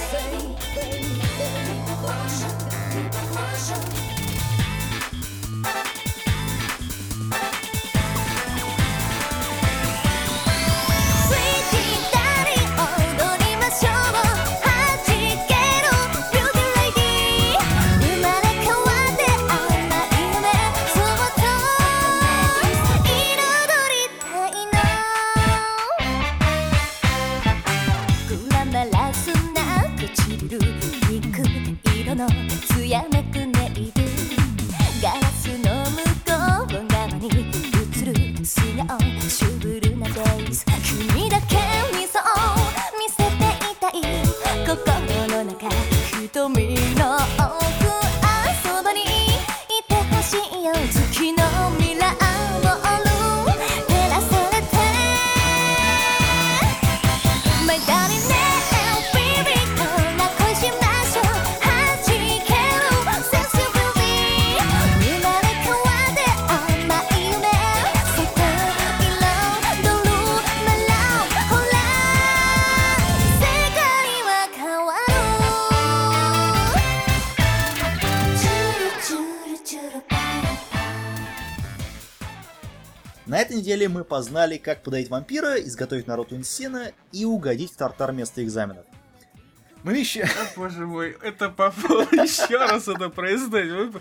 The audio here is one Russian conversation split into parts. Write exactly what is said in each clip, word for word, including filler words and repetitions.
На этой неделе мы познали, как подоить вампира, изготовить народу инсена и угодить в тартар вместо экзаменов. Мы вещи... О, боже мой, это попало еще раз это произносить.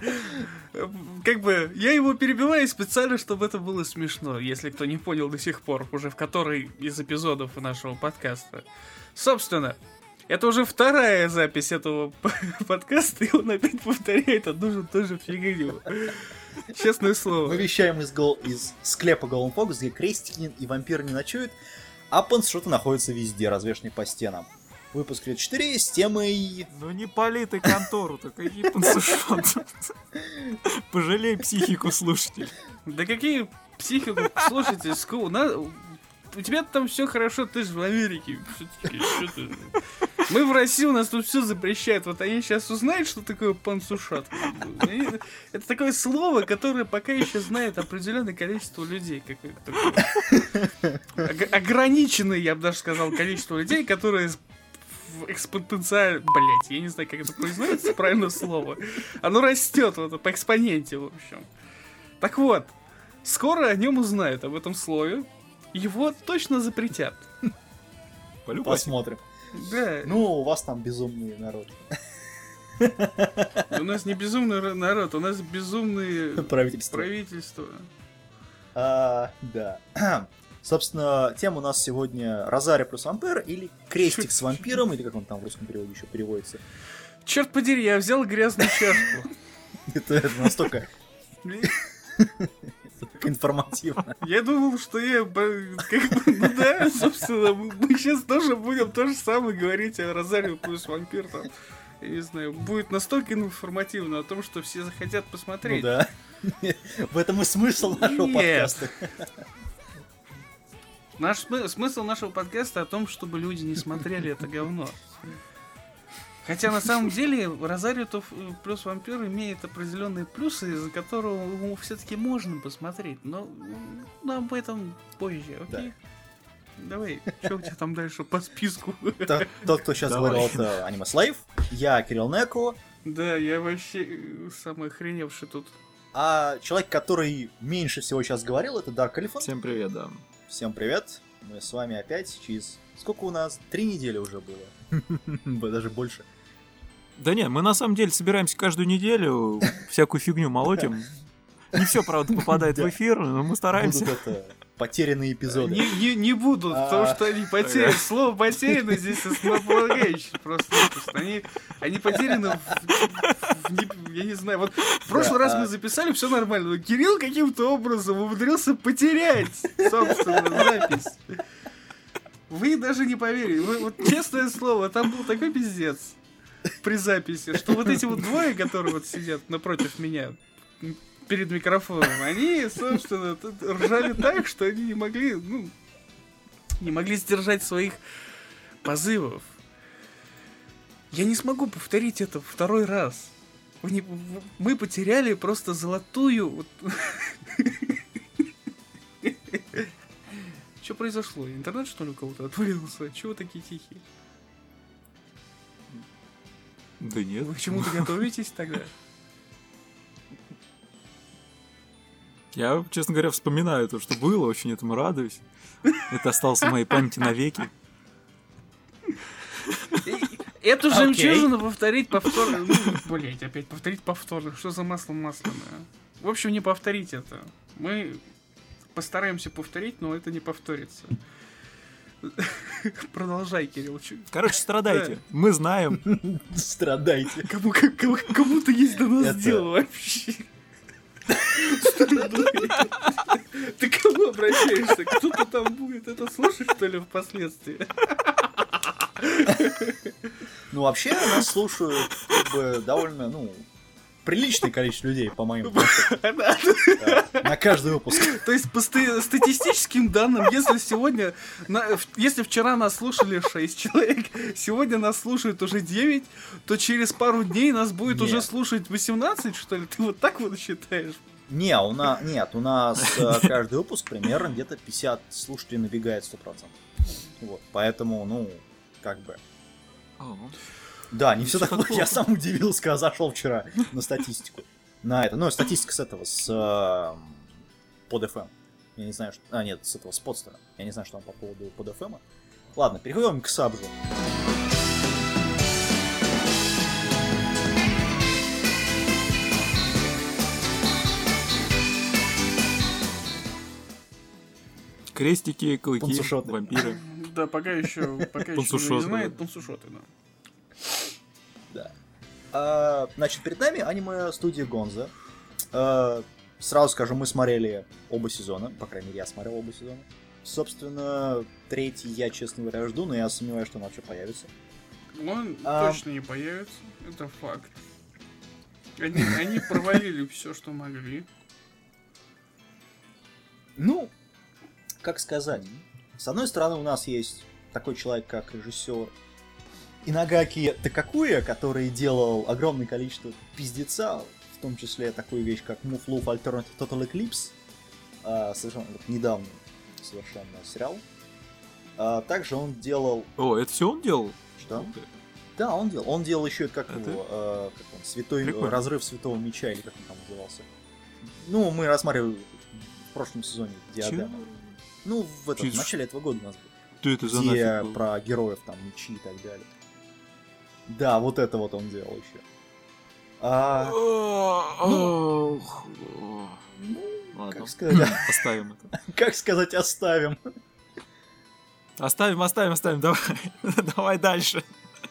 Как бы, я его перебиваю специально, чтобы это было смешно, если кто не понял до сих пор, уже в который из эпизодов нашего подкаста. Собственно, это уже вторая запись этого подкаста, и он опять повторяет одну же ту же фигню. Честное слово. Мы вещаем из, гол... из склепа Golden Fox, где крестики и вампиры не ночуют, а панцшоты находятся везде, развешанные по стенам. Выпуск четыре с темой... Ну не пали ты контору-то, какие панцшоты. Пожалей психику слушателей. Да какие психику слушателей? У тебя там все хорошо, ты же в Америке. Мы в России, у нас тут все запрещают. Вот они сейчас узнают, что такое панцушат. Это такое слово, которое пока еще знает определенное количество людей. Ограниченное, я бы даже сказал, количество людей, которые экспоненциально... Блять, я не знаю, как это произносится, правильное слово. Оно растет вот, по экспоненте, в общем. Так вот, скоро о нем узнают, об этом слове. Его точно запретят. Посмотрим. Да. Ну, у вас там безумный народ. У нас не безумный народ, у нас безумные правительства. правительства. А, да. Собственно, тема у нас сегодня Розарио плюс вампир или крестик с вампиром, или как он там в русском переводе еще переводится. Черт подери, я взял грязную чашку. Это настолько... информативно. Я думал, что я... Как бы, ну да, собственно, мы сейчас тоже будем то же самое говорить о Розарио плюс вампир. Там, я не знаю, будет настолько информативно о том, что все захотят посмотреть. Ну да. В этом и смысл нашего Нет. подкаста. Наш смысл нашего подкаста о том, чтобы люди не смотрели это говно. Хотя на самом деле Розарио плюс вампир имеет определенные плюсы, из-за которого ему все-таки можно посмотреть. Но, но об этом позже, окей? Да. Давай, что у тебя там дальше по списку? Тот, тот кто сейчас Давай. говорил, это Аниме Слейв. Я Кирилл Неко. Да, я вообще самый охреневший тут. А человек, который меньше всего сейчас говорил, это Dark Elephant. Всем привет, да. Всем привет. Мы с вами опять через... Сколько у нас? Три недели уже было. Даже больше. Да не, мы на самом деле собираемся каждую неделю, всякую фигню молотим. Не все, правда, попадает в эфир, но мы стараемся. Будут это потерянные эпизоды. Не, не, не будут, потому что они потеряны. Слово потеряно здесь основополагающее. Просто они, они потеряны в, в, я не знаю. Вот в прошлый Да, раз а- мы записали, все нормально. Но Кирилл каким-то образом умудрился потерять, собственно, запись. Вы даже не поверите. Вы, вот честное слово, там был такой пиздец при записи, что вот эти вот двое, которые вот сидят напротив меня перед микрофоном, они, собственно, тут ржали так, что они не могли, ну, не могли сдержать своих позывов. Я не смогу повторить это второй раз. Вы не, мы потеряли просто золотую... Вот... Что произошло? Интернет, что ли, у кого-то отвалился? Чего вы такие тихие? Да нет. Вы к чему-то готовитесь тогда? Я, честно говоря, вспоминаю то, что было, очень этому радуюсь. Это осталось в моей памяти навеки. Эту жемчужину повторить повторно. Ну, блять, опять повторить повторно. Что за масло масляное? В общем, не повторить это. Мы постараемся повторить, но это не повторится. Продолжай, Кирилл. Короче, страдайте. Да. Мы знаем. Страдайте. Кому, кому, кому-то есть до нас это... дело вообще. Ты к кому обращаешься? Кто-то там будет это слушать, что ли, впоследствии? Ну, вообще, нас слушают как бы довольно, ну, приличное количество людей, по моим подсчетам. На каждый выпуск. То есть, по статистическим данным, если сегодня, если вчера нас слушали шесть человек, сегодня нас слушают уже девять, то через пару дней нас будет уже слушать восемнадцать, что ли? Ты вот так вот считаешь? Не, у нас, нет, у нас каждый выпуск примерно где-то пятьдесят слушателей набегает сто процентов. Вот, поэтому, ну, как бы... Да, не все так плохо. Я сам удивился, когда зашел вчера на статистику. На это. Ну, статистика с этого, с э, под эф эм. Я не знаю, что... А, нет, с этого, с подстера. Я не знаю, что там по поводу под эф эм. Ладно, переходим к Сабжу. Крестики, клыки, пансушоты. Вампиры. Да, пока еще, пока еще не знает, пансушоты, да. Да. А, значит, перед нами аниме студии Гонза. А, сразу скажу, мы смотрели оба сезона. По крайней мере, я смотрел оба сезона. Собственно, третий я, честно говоря, жду, но я сомневаюсь, что он вообще появится. Он а... точно не появится, это факт. Они, они провалили все, что могли. Ну, как сказать. С одной стороны, у нас есть такой человек, как режиссер Инагаки Такакуя, который делал огромное количество пиздеца, в том числе такую вещь, как Move Love Alternative Total Eclipse, а, совершенно вот, недавний совершенно сериал. А, также он делал... О, это все он делал? Что? Да, он делал. Он делал еще, как это... его, а, как он, святой, Прикольно. Разрыв Святого Меча, или как он там назывался. Ну, мы рассматривали в прошлом сезоне Диадема. Ну, в, этом, в начале этого года у нас был. Что это за где был? Про героев, там, мечи и так далее. Да, вот это вот он делал еще. А... ну, Ладно. Как сказать? Оставим это. Как сказать, оставим? Оставим, оставим, оставим. Давай, давай дальше.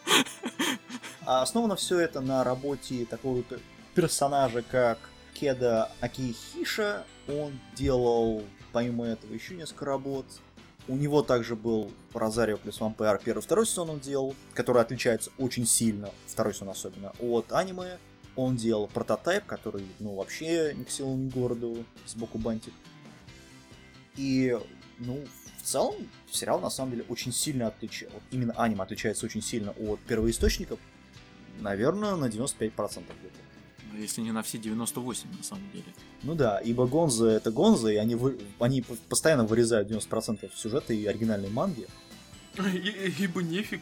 А основано все это на работе такого персонажа, как Кеда Акихиша. Он делал, помимо этого, еще несколько работ. У него также был Розарио плюс Вампир, первый, второй сезон он делал, который отличается очень сильно, второй сезон особенно, от аниме. Он делал Прототайп, который, ну, вообще ни к силу, ни к городу, сбоку бантик. И, ну, в целом, сериал, на самом деле, очень сильно отличается, вот именно аниме отличается очень сильно от первоисточников, наверное, на девяносто пять процентов где-то. Если не на все девяносто восемь процентов, на самом деле. Ну да, ибо Гонза это Гонза, и они, вы... они постоянно вырезают девяносто процентов сюжета и оригинальной манги. Ибо нефиг.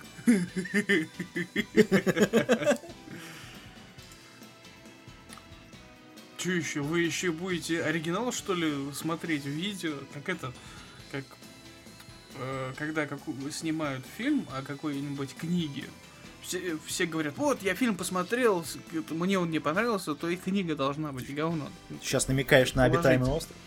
Че еще? Вы еще будете оригинал, что ли, смотреть в видео? Как этот, как э, когда как, снимают фильм о какой-нибудь книге. Все, все говорят, вот, я фильм посмотрел, мне он не понравился, то и книга должна быть говно. Сейчас намекаешь на обитаемый остров?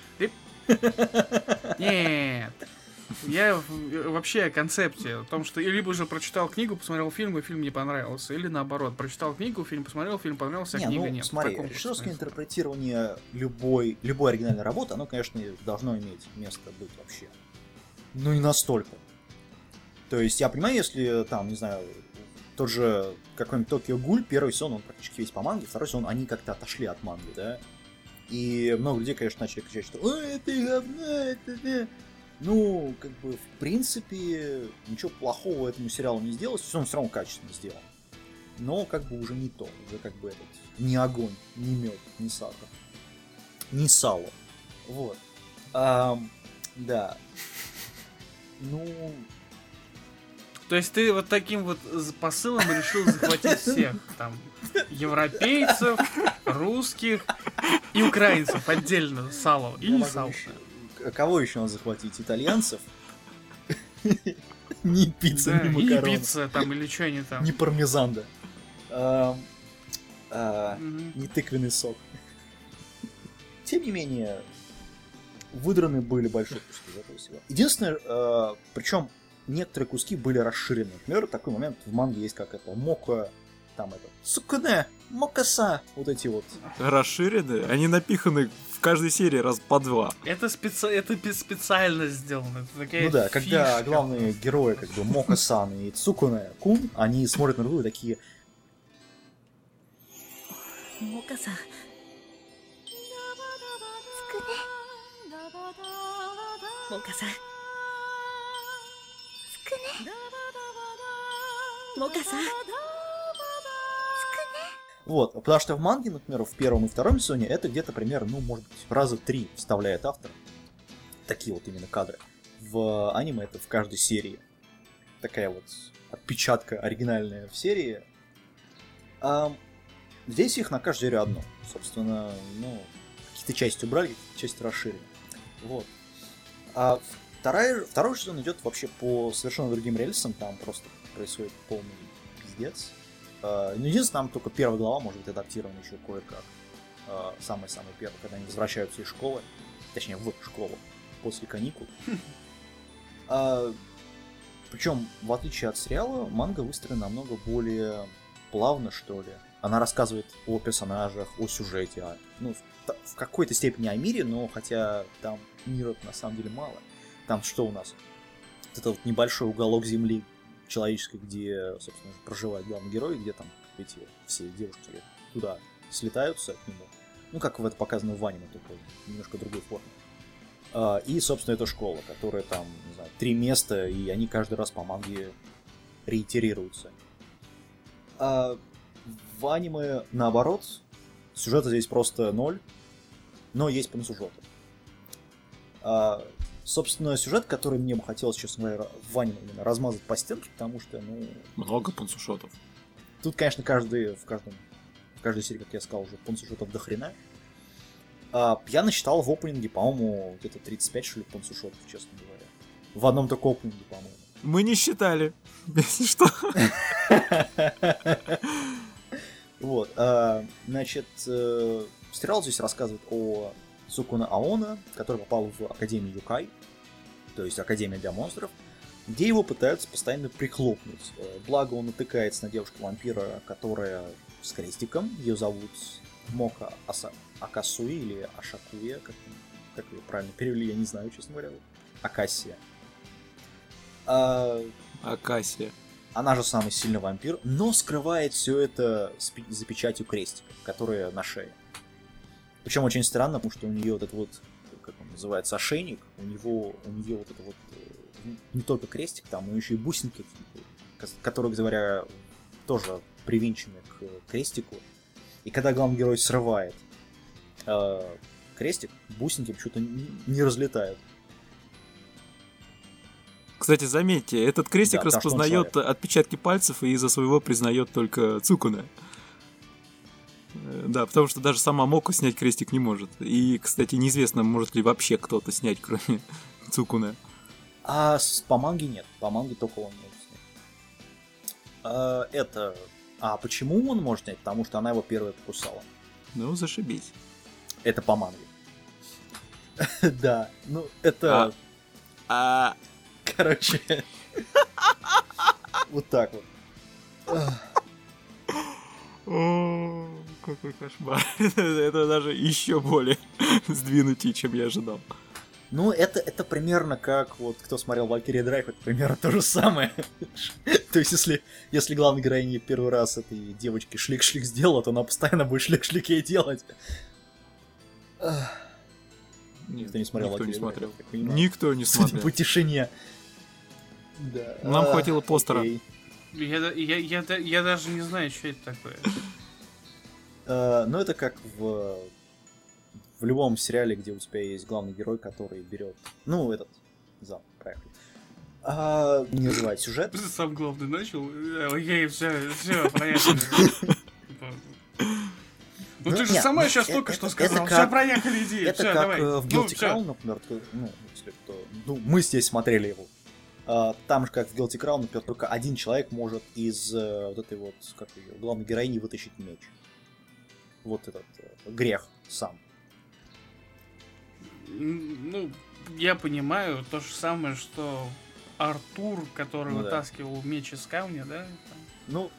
Нет. Я вообще о концепте, о том, что я либо же прочитал книгу, посмотрел фильм, и фильм не понравился, или наоборот, прочитал книгу, фильм посмотрел, фильм понравился, а не, книга ну, нет. Смотри, режиссерское интерпретирование любой, любой оригинальной работы, оно, конечно, должно иметь место быть вообще. Ну, не настолько. То есть, я понимаю, если там, не знаю, тот же какой-нибудь Токио Гуль, первый сезон, он практически весь по манге, второй сезон, они как-то отошли от манги, да? И много людей, конечно, начали кричать, что «Ой, это говно, это...» Ну, как бы, в принципе, ничего плохого этому сериалу не сделалось, все он все равно качественно сделан. Но, как бы, уже не то, уже как бы этот, не огонь, не мед, не сахар, не сало. Вот. А, да. Ну... То есть ты вот таким вот с- посылом решил захватить всех, там, европейцев, русских и украинцев отдельно, сало Я или могу сало. еще- К- Кого еще надо захватить? Итальянцев? Ни пицца, Да, ни и не макароны. пицца там, или что они там. Ни пармезан, да. Ам, а, Мгм. Не тыквенный сок. Тем не менее, выдраны были большие куски из этого всего. Единственное, причем некоторые куски были расширены. Например, такой момент в манге есть, как это, мока, там это, сукуне, мокаса, вот эти вот. Расширены, они напиханы в каждой серии раз по два. Это, специ... это пе- специально сделано. Это такая Ну да, когда фишка. главные герои, как бы Мока-сан и Цукуне Кун, они смотрят на друг друга и такие, モカさんつくねモカさんつくねモカさんつくね вот, потому что в манге, например, в первом и втором сезоне это где-то примерно, ну, может быть, раза три вставляет автор. Такие вот именно кадры. В аниме это в каждой серии. Такая вот отпечатка оригинальная в серии. А здесь их на каждую серию одно. Собственно, ну, какие-то части убрали, какие-то части расширили. Вот. А вторая, второй сезон идет вообще по совершенно другим рельсам. Там просто происходит полный пиздец. Uh, ну, единственное, там только первая глава может быть адаптирована еще кое-как. Uh, самая-самая первая, когда они возвращаются из школы. Точнее, в школу. После каникул. Uh, причем, в отличие от сериала, манга выстроена намного более плавно, что ли. Она рассказывает о персонажах, о сюжете. О, ну, в, в какой-то степени о мире, но хотя там мира на самом деле мало. Там что у нас? Вот это вот небольшой уголок земли человеческой, где, собственно, проживает главный герой, где там эти все девушки туда слетаются к нему. Ну, как в это показано в аниме, только немножко другой форме. А, и, собственно, это школа, которая там, не знаю, три места, и они каждый раз по манге реитерируются. А в аниме, наоборот, сюжета здесь просто ноль, но есть пансюжеты. А, собственно, сюжет, который мне бы хотелось, честно говоря, в аниме именно размазать по стенке, потому что, ну... Много пансушотов. Тут, конечно, каждый, в, каждом, в каждой серии, как я сказал, уже пансушотов до хрена. А, я насчитал в опенинге, по-моему, где-то тридцать пять, что ли, пансушотов, честно говоря. В одном только опенинге, по-моему. Мы не считали, если что. Вот, а, значит, э, сериал здесь рассказывает о Сукуне Аона, который попал в Академию Юкай, то есть Академию для монстров, где его пытаются постоянно прихлопнуть. Э, Благо он натыкается на девушку-вампира, которая с крестиком, ее зовут Мока Аса... Акасуи или Ашакуя, как, как ее правильно перевели, я не знаю, честно говоря. Акасия. А, Акасия. Она же самый сильный вампир, но скрывает все это с пи- за печатью крестика, которая на шее. Причем очень странно, потому что у нее вот этот вот, как он называется, ошейник, у него, у нее вот это вот э, не только крестик там, но еще и бусинки, которые, говоря, тоже привинчены к крестику. И когда главный герой срывает э, крестик, бусинки почему-то не, не разлетают. Кстати, заметьте, этот крестик Да, потому что он распознает человек. отпечатки пальцев и из-за своего признает только Цукуне. Э, Да, потому что даже сама Моко снять крестик не может. И, кстати, неизвестно, может ли вообще кто-то снять, кроме Цукуне. А с, по манге нет, по манге только он может снять. А, это... А почему он может снять? Потому что она его первая покусала. Ну, зашибись. Это по манге. Да, ну это... А Короче... Вот так вот. О, какой кошмар. Это даже еще более сдвинутее, чем я ожидал. Ну, это, это примерно как, вот, кто смотрел Valkyrie Drive, это примерно то же самое. То есть, если, если главная героиня первый раз этой девочке шлик-шлик сделала, то она постоянно будет шлик-шлик ей делать. Никто не смотрел Никто не Valkyrie Drive, смотрел. я так понимаю. Никто не Судя смотрел. по тишине. Да. Нам А, хватило постера. окей. Я, да- я, я, да- я даже не знаю, что это такое. Э, Ну, это как в, в любом сериале, где у тебя есть главный герой, который берет... Ну, этот... Зам, проехали. А, не называть сюжет. Сам главный начал. Окей, все, все, проехали. Ну, Ну, ты же нет, сама ну, сейчас это- только что это- сказал. это Все, как- проехали, иди. Это Все, как давай. э, в Ну, Guilty всё. Crown, например, кто- ну, если кто... Ну, мы здесь смотрели его. А, там же, как в Guilty Crown, например, только один человек может из э, вот этой вот, как ее, главной героини вытащить меч. Вот этот э, грех сам. М, Ну, я понимаю, то же самое, что Артур, который Ну да. вытаскивал меч из камня, да? там, Ну,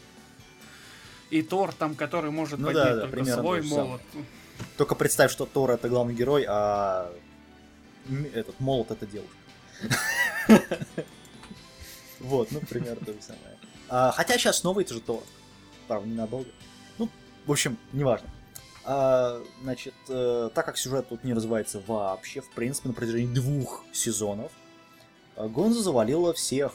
И Тор там, который может Ну поднять да, да, только примерно свой то же самое. молот. только представь, что Тор это главный герой, а м- этот молот это девушка. Вот, ну, примерно то же самое. А, Хотя сейчас новый это же Тор. Правда, ненадолго. Ну, в общем, неважно. А, Значит, э, так как сюжет тут не развивается вообще, в принципе, на протяжении двух сезонов, э, Гонзо завалила всех.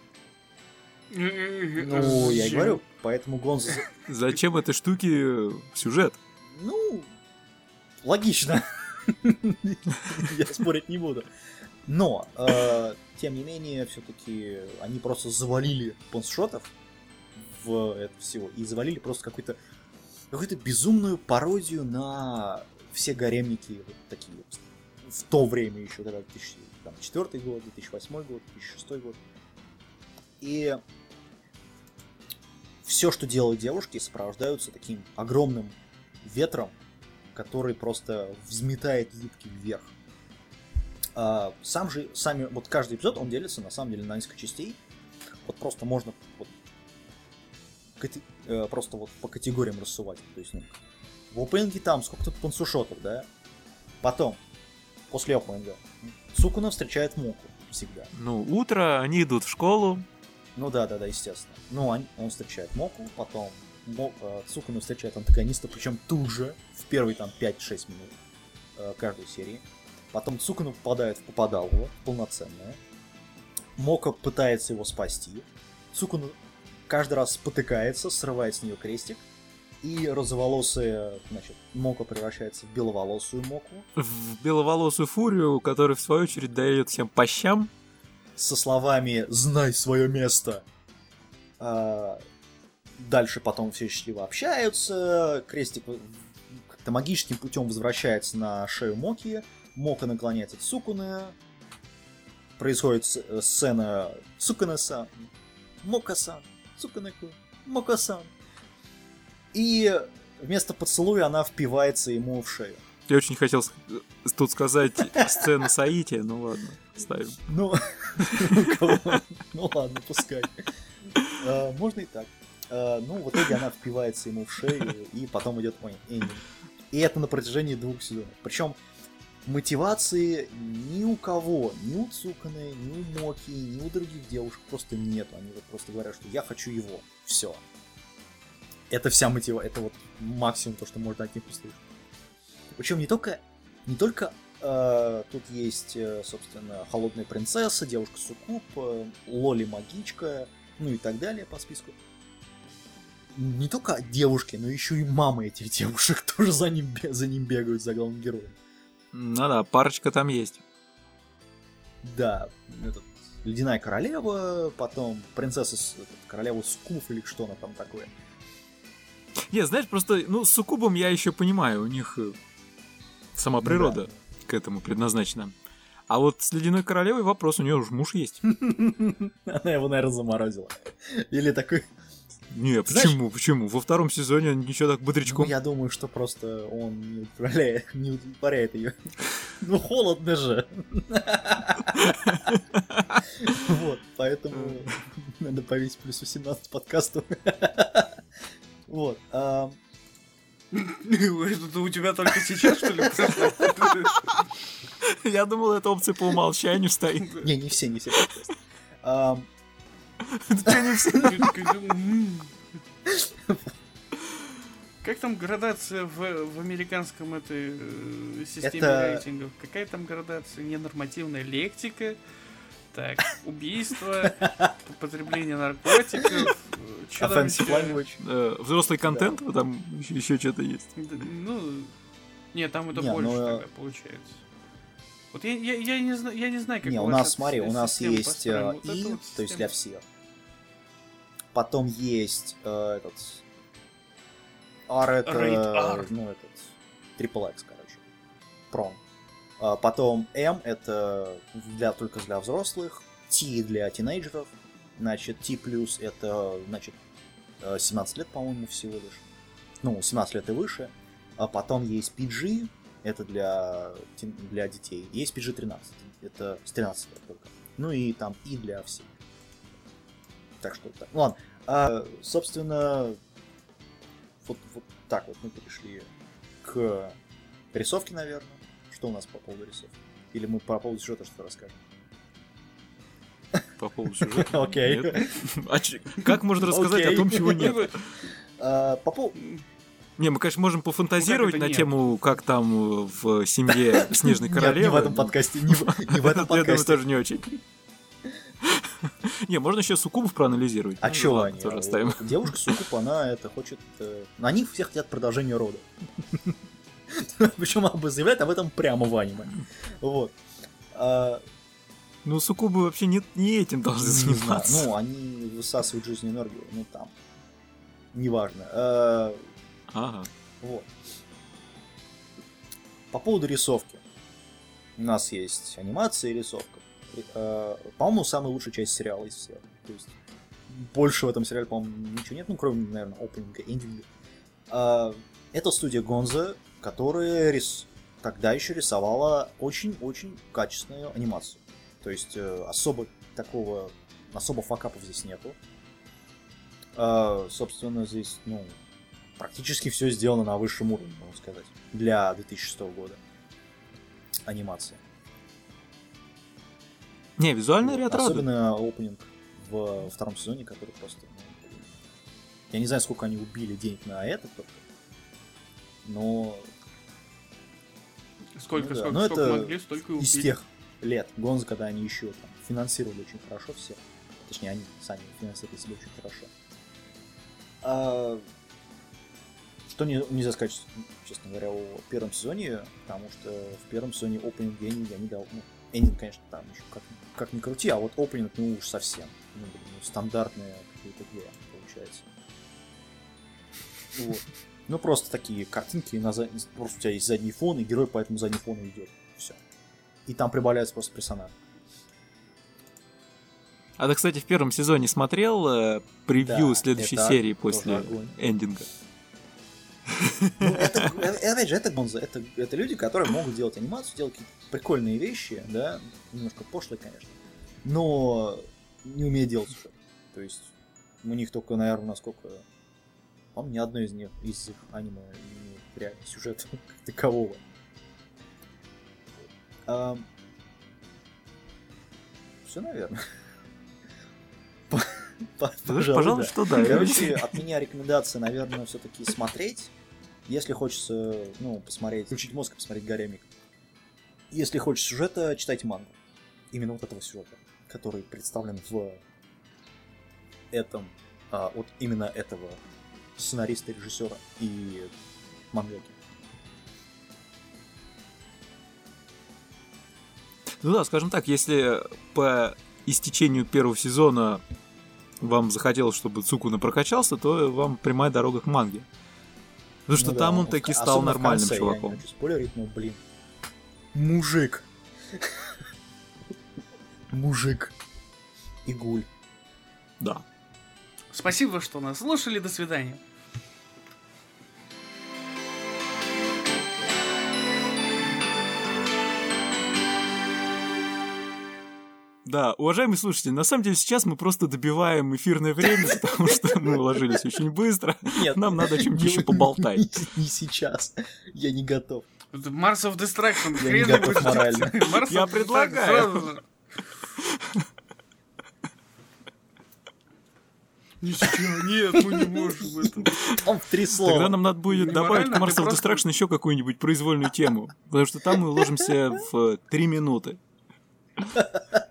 Ну, я и говорю, поэтому Гонзо... Зачем этой штуки сюжет? Ну, логично. Я спорить не буду. Но, э, тем не менее, все-таки они просто завалили паншотов в это всего. И завалили просто какую-то какую-то безумную пародию на все гаремники вот такие вот. В то время еще, когда две тысячи четвёртый год, две тысячи восьмой год, две тысячи шестой год. И все, что делают девушки, сопровождаются таким огромным ветром, который просто взметает юбки вверх. А, сам же, сами, вот каждый эпизод, он делится на самом деле на несколько частей. Вот просто можно вот, кати- э, просто вот по категориям рассувать. То есть, ну, в опенинге там сколько-то пансушотов, да? Потом, после опенинга, Цукуна встречает Моку всегда. Ну, утро, они идут в школу. Ну да, да, да, естественно. Ну, он, он встречает Моку, потом Мо, э, Цукуна встречает антагониста, причем тут же, в первые там пять-шесть минут э, каждой серии. Потом Цукуна попадает в попадалово, полноценное. Мока пытается его спасти. Цукуна каждый раз спотыкается, срывает с нее крестик. И розоволосая, значит, Мока превращается в беловолосую Моку. В беловолосую фурию, которая в свою очередь дает всем по щам. Со словами «Знай свое место». А, дальше потом все счастливо общаются. Крестик как-то магическим путем возвращается на шею Моки. Мока наклоняется к Цукуне. Происходит с- сцена Цукуне-сан, Мока-сан, Цукуне-ку, Мока-сан. И вместо поцелуя она впивается ему в шею. Я очень хотел с- тут сказать сцену Саити, ну ладно, ставим. Ну, у кого? Ну ладно, пускай. А, Можно и так. А, Ну, в итоге она впивается ему в шею, и потом идет эндинг. И это на протяжении двух сезонов. Причем мотивации ни у кого, ни у Цуканы, ни у Моки, ни у других девушек просто нету. Они вот просто говорят, что я хочу его. Все. Это вся мотива, это вот максимум то, что можно от них услышать. Причем не только, не только э, тут есть, э, собственно, холодная принцесса, девушка Суккуб, э, Лоли магичка, ну и так далее по списку. Не только девушки, но еще и мамы этих девушек тоже за ним, бе- за ним бегают, за главным героем. Ну да, парочка там есть. Да, этот, Ледяная королева, потом принцесса, с- этот, королева Скуф или что она там такое. Не, знаешь, просто, ну, с суккубом я еще понимаю, у них э, сама природа да. к этому предназначена. А вот с Ледяной Королевой вопрос, у нее уже муж есть. Она его, наверное, заморозила. Или такой... Не, Знаешь- почему, почему? Во втором сезоне ничего так Ну, бодрячком. я думаю, что просто он не удовлетворяет, не удовлетворяет ее. Ну, холодно же. Вот, поэтому надо повесить плюс восемнадцать подкасту. Вот. а, Это у тебя только сейчас, что ли, прошло? Я думал, эта опция по умолчанию стоит. Не, не все, не все подкасты. А, Как там градация в, в американском этой э, системе Это- рейтингов? Какая там градация? Ненормативная лектика, так, убийство, употребление наркотиков, э, чё там Offensive ещё? language. Э, Взрослый контент, там еще, что-то есть. Да, Ну, нет, там это Не, больше ну, тогда получается. Вот я, я, я, не, знаю, я не знаю, как Не, у ваша нас, смотри, у нас система есть построена. э, Вот это И, вот то есть система. для всех. Потом есть э, этот... R это... Raid R. Ну, этот... Triple X, короче. Пром. А потом M это для, только для взрослых. T для тинейджеров. Значит, T плюс это, значит, э, семнадцать лет, по-моему, всего лишь. Ну, семнадцать лет и выше. А потом есть пи джи, это для, тин- для детей. Есть пи джи тринадцать, это с тринадцати лет только. Ну и там И для всех. Так что так. Ладно. А, собственно, вот, вот так вот мы перешли к рисовке, наверное. Что у нас по поводу рисовки? Или мы по поводу сюжета что-то расскажем? По поводу сюжета. Окей. Нет. А ч- как можно рассказать Окей. о том, чего нет? А, по поводу... Не, мы, конечно, можем пофантазировать Ну, как это на нет? тему, как там в семье Снежной Нет, Королевы. не в этом подкасте, не в, не в этом Я думаю, подкасте. тоже не очень. Не, можно еще суккубов проанализировать. А Ну, чё ладно, они? тоже А, оставим. вот Девушка Суккуб, она это хочет... э, Они все хотят продолжения рода. Причем она заявляет об этом прямо в аниме. Вот. А, Ну, суккубы вообще не, не этим должны не знаю. заниматься. Ну, они высасывают жизненную энергию. Ну, там. Неважно. А, Ага. Вот. По поводу рисовки. У нас есть анимация и рисовка. Э, По-моему, самая лучшая часть сериала из всех. То есть больше в этом сериале, по-моему, ничего нет, ну, кроме, наверное, опенинга, эндинга. А, Это студия Гонза, которая рис... тогда еще рисовала очень-очень качественную анимацию. То есть э, особо такого, особо факапов здесь нету. А, Собственно, здесь, ну, практически все сделано на высшем уровне, можно сказать, для две тысячи шестого года анимация. Не, визуальный Вот. ряд радует. Особенно опенинг в втором сезоне, который просто... ну, блин. Я не знаю, сколько они убили денег на этот только, но Сколько, Ну да, сколько, но сколько это могли, столько и из убили. тех лет Гонза, когда они еще там финансировали очень хорошо все. Точнее, они сами финансировали себя очень хорошо. А, Что не, нельзя сказать, честно говоря, о первом сезоне, потому что в первом сезоне опенинг и эндинг они дал... Ну, эндинг, конечно, там еще как, как ни крути, а вот опенинг, ну уж совсем. Ну, блин, ну, стандартная какая-то игра получается. Вот. Ну, просто такие картинки, на зад... просто у тебя есть задний фон, и герой по этому заднему фону идет. Все. И там прибавляется просто персонаж. А ты, кстати, в первом сезоне смотрел э, превью Да, следующей это серии тоже после огонь. эндинга? Ну, это, э, опять же, это Гонза. Это, это люди, которые могут делать анимацию, делать какие-то прикольные вещи, да, немножко пошлые, конечно, но не умеют делать сюжет. То есть у них только, наверное, насколько... По-моему, ни одно из них, из их аниме не имеет реально сюжета как такового. А... Все, наверное. П- п- Пожалуй, Пожалуй, да. что да. Короче, от меня рекомендация, наверное, все-таки смотреть. Если хочется, ну, посмотреть, включить мозг и посмотреть Гаремик. Если хочется сюжета, читайте мангу. Именно вот этого сюжета, который представлен в этом, а, вот именно этого сценариста, режиссера и мангаки. Ну да, скажем так, если по истечению первого сезона вам захотелось, чтобы Цукуна прокачался, то вам прямая дорога к манге. Потому что Ну там да, он в- таки стал особенно в нормальным конце, Я чуваком. не хочу спойлерить, но, блин. Мужик. Мужик. Игуль. Да. Спасибо, что нас слушали. До свидания. Да, уважаемые слушатели, на самом деле сейчас мы просто добиваем эфирное время, потому что мы уложились очень быстро. Нет, Нам надо о чем-то не- еще поболтать. Не, не сейчас. Я не готов. Это Mars of Destruction. Я не Хрен готов его ждёт. морально. Mars Я of Destruction предлагаю. сразу же. Ничего, нет, мы не можем это. Там в три слова. Тогда нам надо будет Не добавить к морально, Mars ты of просто- Destruction еще какую-нибудь произвольную тему. Потому что там мы уложимся в три минуты.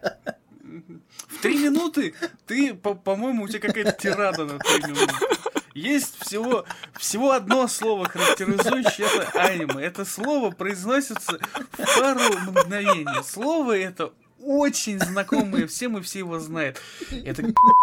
В три минуты? Ты, по- по-моему, у тебя какая-то тирада на три минуты. Есть всего, всего одно слово, характеризующее это аниме. Это слово произносится в пару мгновений. Слово это очень знакомое всем, и все его знают. Это...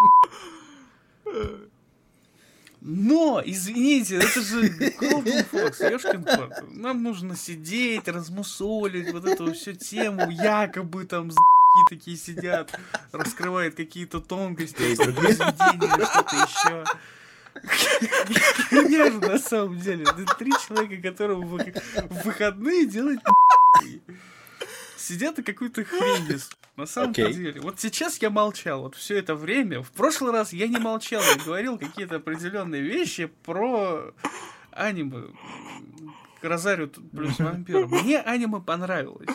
Но, извините, это же Golden Fox, ёшкин кот. Нам нужно сидеть, размусолить вот эту всю тему, якобы там з***ки такие сидят, раскрывают какие-то тонкости произведения или что-то еще. Конечно, на самом деле, это три человека, которые в выходные делают сидят и какую-то хрень несут. На самом okay. деле. Вот сейчас я молчал. Вот все это время. В прошлый раз я не молчал. Я говорил какие-то определенные вещи про аниме. Розарио плюс вампир. Мне аниме понравилось.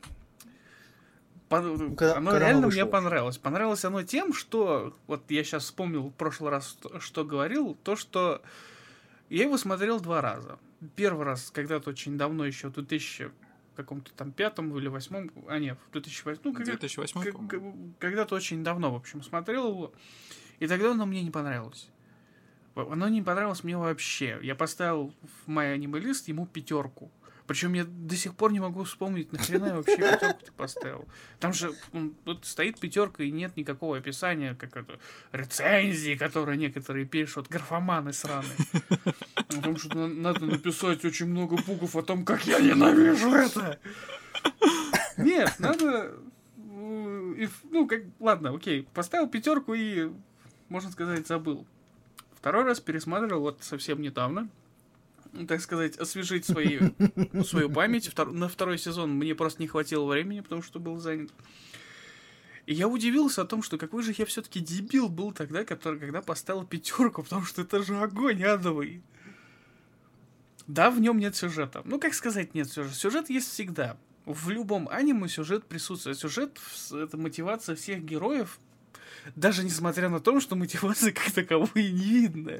По... Когда, оно когда реально мне понравилось. Понравилось оно тем, что... Вот я сейчас вспомнил в прошлый раз, что говорил. То, что я его смотрел два раза. Первый раз когда-то очень давно, еще в две тысячи каком-то там пятом или восьмом, а нет, в две тысячи восьмом, ну, две тысячи восьмой, как, когда-то очень давно, в общем, смотрел его, и тогда оно мне не понравилось. Оно не понравилось мне вообще. Я поставил в мой аниме-лист ему пятерку. Причем я до сих пор не могу вспомнить, нахрена я вообще пятерку ты поставил. Там же он, тут стоит пятерка, и нет никакого описания, как это, рецензии, которые некоторые пишут, графоманы сраные. Потому что надо написать очень много букв о том, как я ненавижу это. Нет, надо... Ну, как... Ладно, окей. Поставил пятерку и, можно сказать, забыл. Второй раз пересматривал вот совсем недавно. Так сказать, освежить свои, свою память. Втор... На второй сезон мне просто не хватило времени, потому что был занят. И я удивился о том, что какой же я все-таки дебил был тогда, который, когда поставил пятерку, потому что это же огонь адовый. Да, в нем нет сюжета. Ну, как сказать, нет сюжета. Сюжет есть всегда. В любом аниме сюжет присутствует. Сюжет — это мотивация всех героев, даже несмотря на то, что мотивации как таковой и не видно.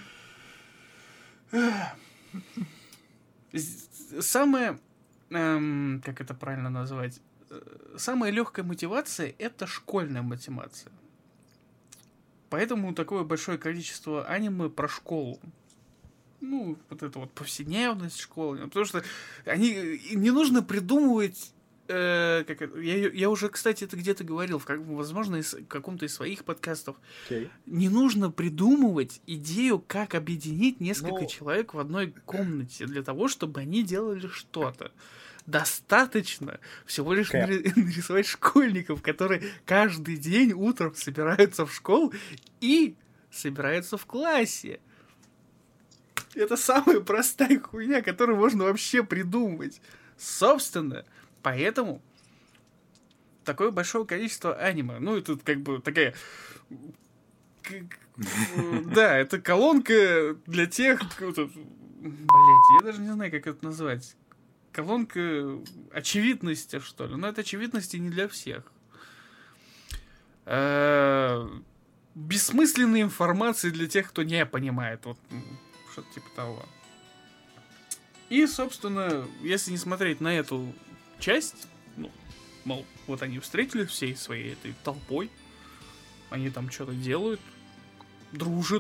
Самое, эм, как это правильно назвать, самая легкая мотивация — это школьная мотивация. Поэтому такое большое количество аниме про школу. Ну, вот это вот повседневность школы. Потому что они, не нужно придумывать... Э, как это, я, я уже, кстати, это где-то говорил, в, как, возможно, из, в каком-то из своих подкастов. Okay. Не нужно придумывать идею, как объединить несколько Но... человек в одной комнате для того, чтобы они делали что-то. Достаточно всего лишь okay. нарисовать школьников, которые каждый день утром собираются в школу и собираются в классе. Это самая простая хуйня, которую можно вообще придумать. Собственно, поэтому такое большое количество аниме. Ну, это как бы такая... Да, это колонка для тех... Блять, я даже не знаю, как это назвать. Колонка очевидности, что ли. Но это очевидности не для всех. Бессмысленной информации для тех, кто не понимает. Вот что-то типа того. И, собственно, если не смотреть на эту часть, ну, мол, вот они встретились всей своей этой толпой, они там что-то делают, дружат.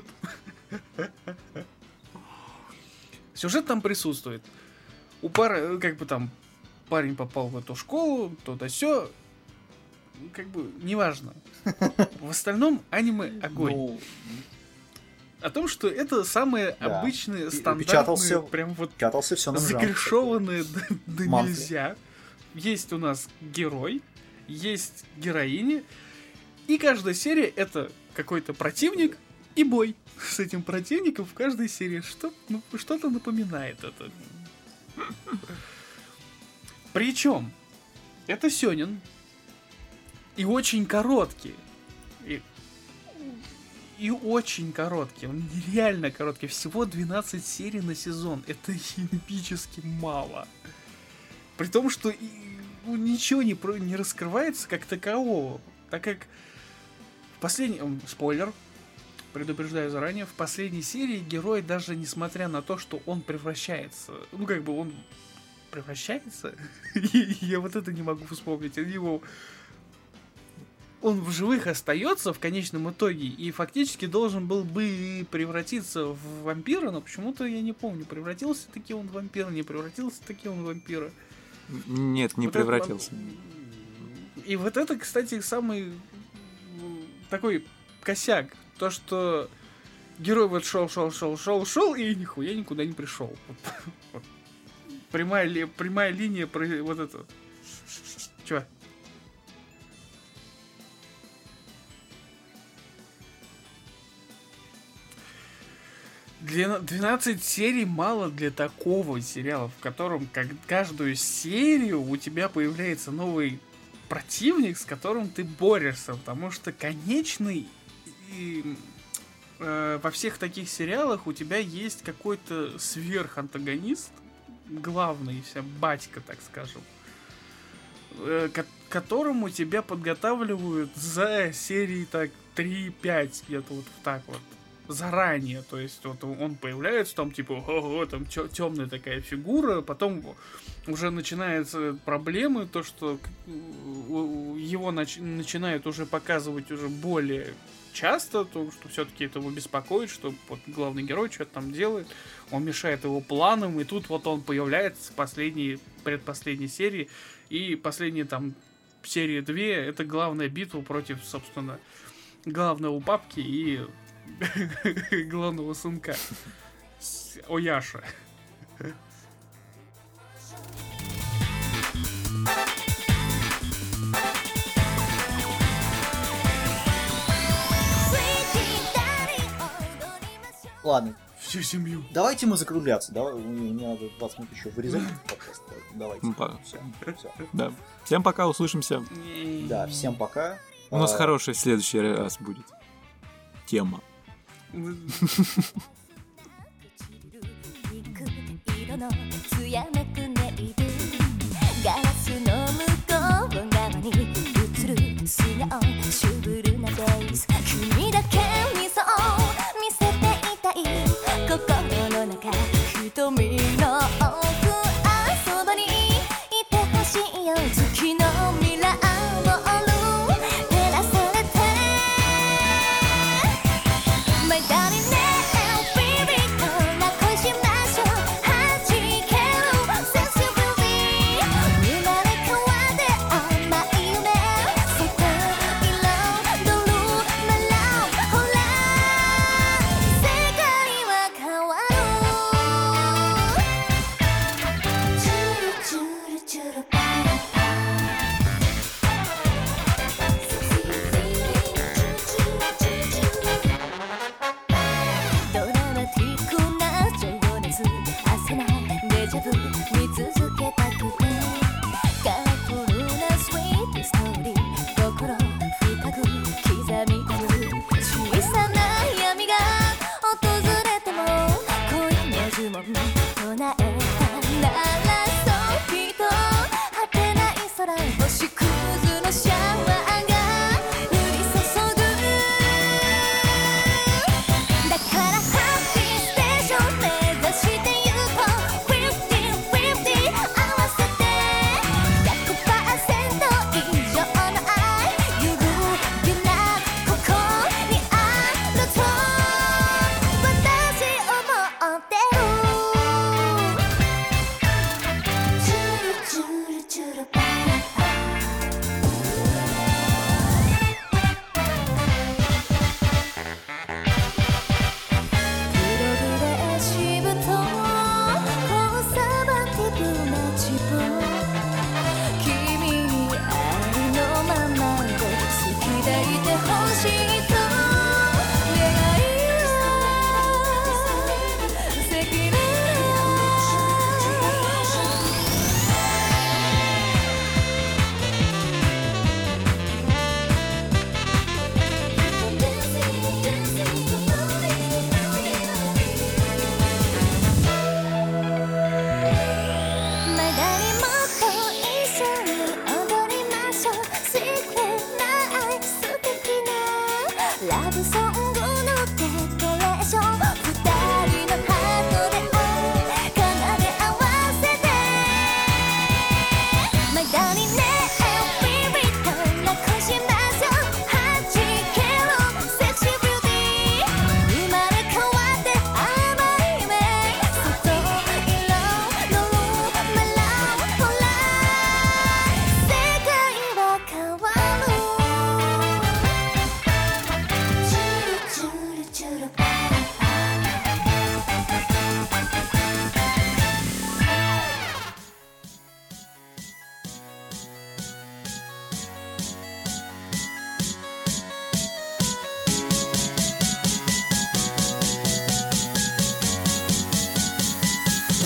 Сюжет там присутствует. У пары, как бы там, парень попал в эту школу, то-то-сё, как бы, неважно. В остальном аниме огонь. Ну... О том, что это самые да. обычные, стандартные, печатался, прям вот закрешованные да нельзя. Есть у нас герой, есть героиня, и каждая серия это какой-то противник и бой с этим противником в каждой серии. Что, ну, что-то напоминает это. Причем это сёнэн и очень короткий. И И очень короткий, он нереально короткий, всего двенадцать серий на сезон, это эпически мало. При том, что ну, ничего не, не раскрывается как такового, так как в последней... Спойлер, предупреждаю заранее, в последней серии герой, даже несмотря на то, что он превращается, ну как бы он превращается, я вот это не могу вспомнить, они его... он в живых остается в конечном итоге и фактически должен был бы превратиться в вампира, но почему-то я не помню, превратился таки он в вампира, не превратился таки он в вампира. Нет, не Вот превратился. это- И вот это, кстати, самый м, такой косяк. То, что герой вот шел, шел, шел, шел, шел, и нихуя никуда не пришел. Вот. Вот. Прямая, ли- прямая линия про вот это. Чё? Для двенадцать серий мало для такого сериала, в котором как каждую серию у тебя появляется новый противник, с которым ты борешься, потому что конечный и, э, во всех таких сериалах у тебя есть какой-то сверхантагонист, главный, вся батька, так скажем, э, ко- которому тебя подготавливают за серии так три-пять, где-то вот так вот заранее, то есть вот он появляется, там типа, ого, там темная такая фигура, потом уже начинаются проблемы, то, что его нач- начинают уже показывать уже более часто, то, что все-таки это его беспокоит, что вот главный герой что-то там делает, он мешает его планам, и тут вот он появляется в последней, предпоследней серии, и последние там серии две, это главная битва против, собственно, главного папки и главного сынка Ояша. Ладно, Всю семью. давайте мы закругляться. Давай, мне надо двадцать минут еще вырезать этот подкаст. Давайте. Ну, па- Все, все. Да. Всем пока, услышимся. Да, всем пока. У нас А, хорошая в следующий раз будет тема. 色の艶めくネイルガラスの向こう側に映る素顔シュールなフェイス君だけにそう見せていたい心の中瞳の奥あそばにいてほしいよ月のミラーボール照らされて My darling now baby から恋しましょう弾ける Sexy baby 生まれ変わって甘い夢世界彩る My love ほら世界は変わる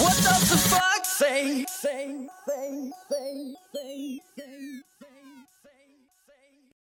What does the fuck say? Say, say, say, say, say.